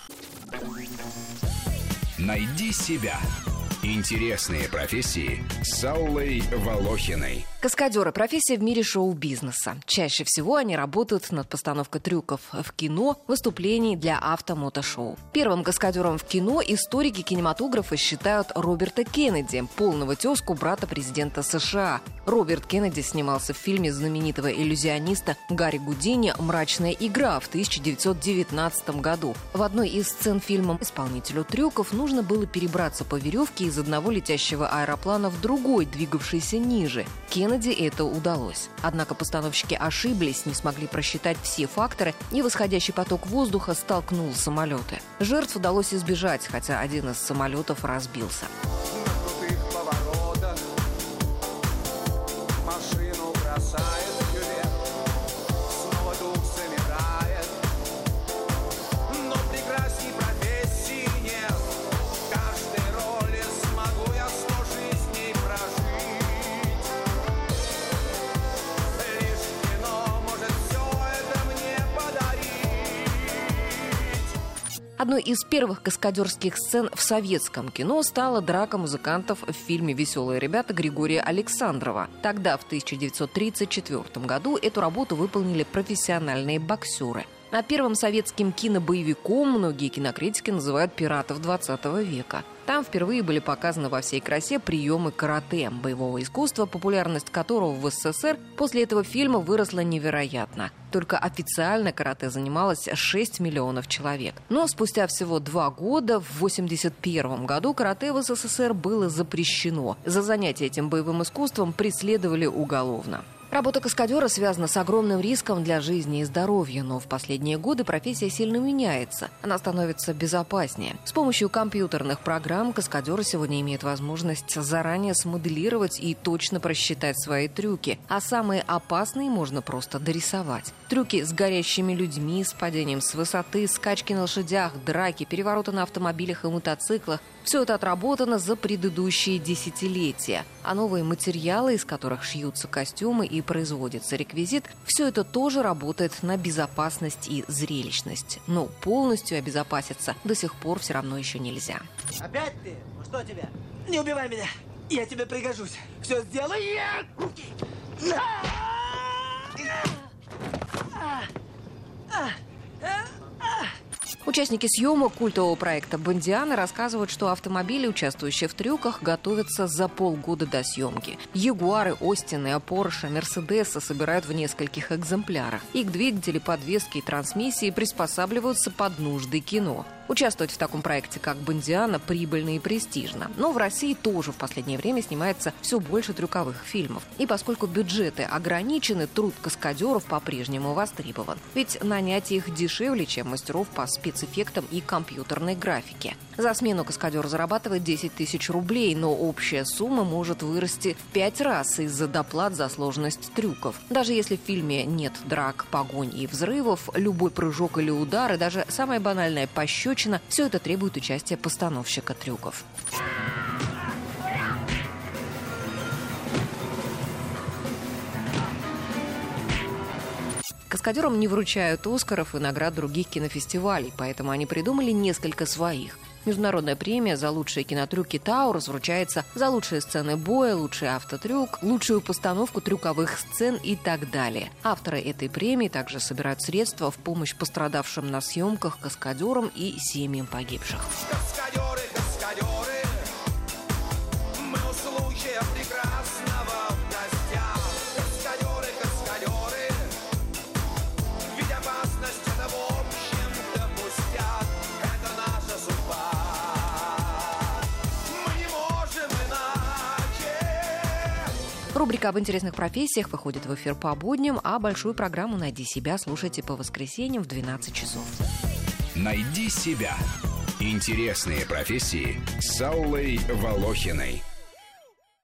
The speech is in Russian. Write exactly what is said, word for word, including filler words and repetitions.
Найди себя. Интересные профессии с Аллой Волохиной. Каскадеры – профессия в мире шоу-бизнеса. Чаще всего они работают над постановкой трюков в кино, выступлений для авто-мотошоу. Первым каскадером в кино историки кинематографа считают Роберта Кеннеди, полного тезку брата президента США. Роберт Кеннеди снимался в фильме знаменитого иллюзиониста Гарри Гудини «Мрачная игра» в тысяча девятьсот девятнадцатом году. В одной из сцен фильма исполнителю трюков нужно было перебраться по веревке из одного летящего аэроплана в другой, двигавшийся ниже. Кеннеди это удалось. Однако постановщики ошиблись, не смогли просчитать все факторы, и восходящий поток воздуха столкнул самолеты. Жертв удалось избежать, хотя один из самолетов разбился. Одной из первых каскадерских сцен в советском кино стала драка музыкантов в фильме «Веселые ребята» Григория Александрова. Тогда, в тысяча девятьсот тридцать четвёртом году, эту работу выполнили профессиональные боксеры. А первым советским кинобоевиком многие кинокритики называют «Пиратов двадцатого века». Там впервые были показаны во всей красе приемы карате, боевого искусства, популярность которого в СССР после этого фильма выросла невероятно. Только официально карате занималось шесть миллионов человек. Но спустя всего два года, в восемьдесят первом году, карате в СССР было запрещено. За занятие этим боевым искусством преследовали уголовно. Работа каскадера связана с огромным риском для жизни и здоровья, но в последние годы профессия сильно меняется. Она становится безопаснее. С помощью компьютерных программ каскадеры сегодня имеют возможность заранее смоделировать и точно просчитать свои трюки, а самые опасные можно просто дорисовать. Трюки с горящими людьми, с падением с высоты, скачки на лошадях, драки, перевороты на автомобилях и мотоциклах – все это отработано за предыдущие десятилетия. А новые материалы, из которых шьются костюмы и производится реквизит, все это тоже работает на безопасность и зрелищность. Но полностью обезопаситься до сих пор все равно еще нельзя. Опять ты? Ну что тебе? Не убивай меня! Я тебе пригожусь! Все сделай! Участники съемок культового проекта «Бондиана» рассказывают, что автомобили, участвующие в трюках, готовятся за полгода до съемки. Ягуары, Остины, Порше, Мерседесы собирают в нескольких экземплярах. Их двигатели, подвески и трансмиссии приспосабливаются под нужды кино. Участвовать в таком проекте, как «Бондиана», прибыльно и престижно. Но в России тоже в последнее время снимается все больше трюковых фильмов. И поскольку бюджеты ограничены, труд каскадеров по-прежнему востребован. Ведь нанять их дешевле, чем мастеров по спецэффектам и компьютерной графике. За смену каскадер зарабатывает десять тысяч рублей, но общая сумма может вырасти в пять раз из-за доплат за сложность трюков. Даже если в фильме нет драк, погонь и взрывов, любой прыжок или удар, и даже самая банальная пощечина, все это требует участия постановщика трюков. Каскадерам не вручают «Оскаров» и наград других кинофестивалей, поэтому они придумали несколько своих. Международная премия за лучшие кинотрюки «Таурус» вручается за лучшие сцены боя, лучший автотрюк, лучшую постановку трюковых сцен и так далее. Авторы этой премии также собирают средства в помощь пострадавшим на съемках каскадерам и семьям погибших. Каскадеры, каскадеры, мы у случая прекрасного в гостях. Каскадеры, каскадеры, ведь опасность это в общем-то пустяк. Это наша судьба. Рубрика об интересных профессиях выходит в эфир по будням, а большую программу «Найди себя» слушайте по воскресеньям в двенадцать часов. «Найди себя». Интересные профессии с Аллой Волохиной.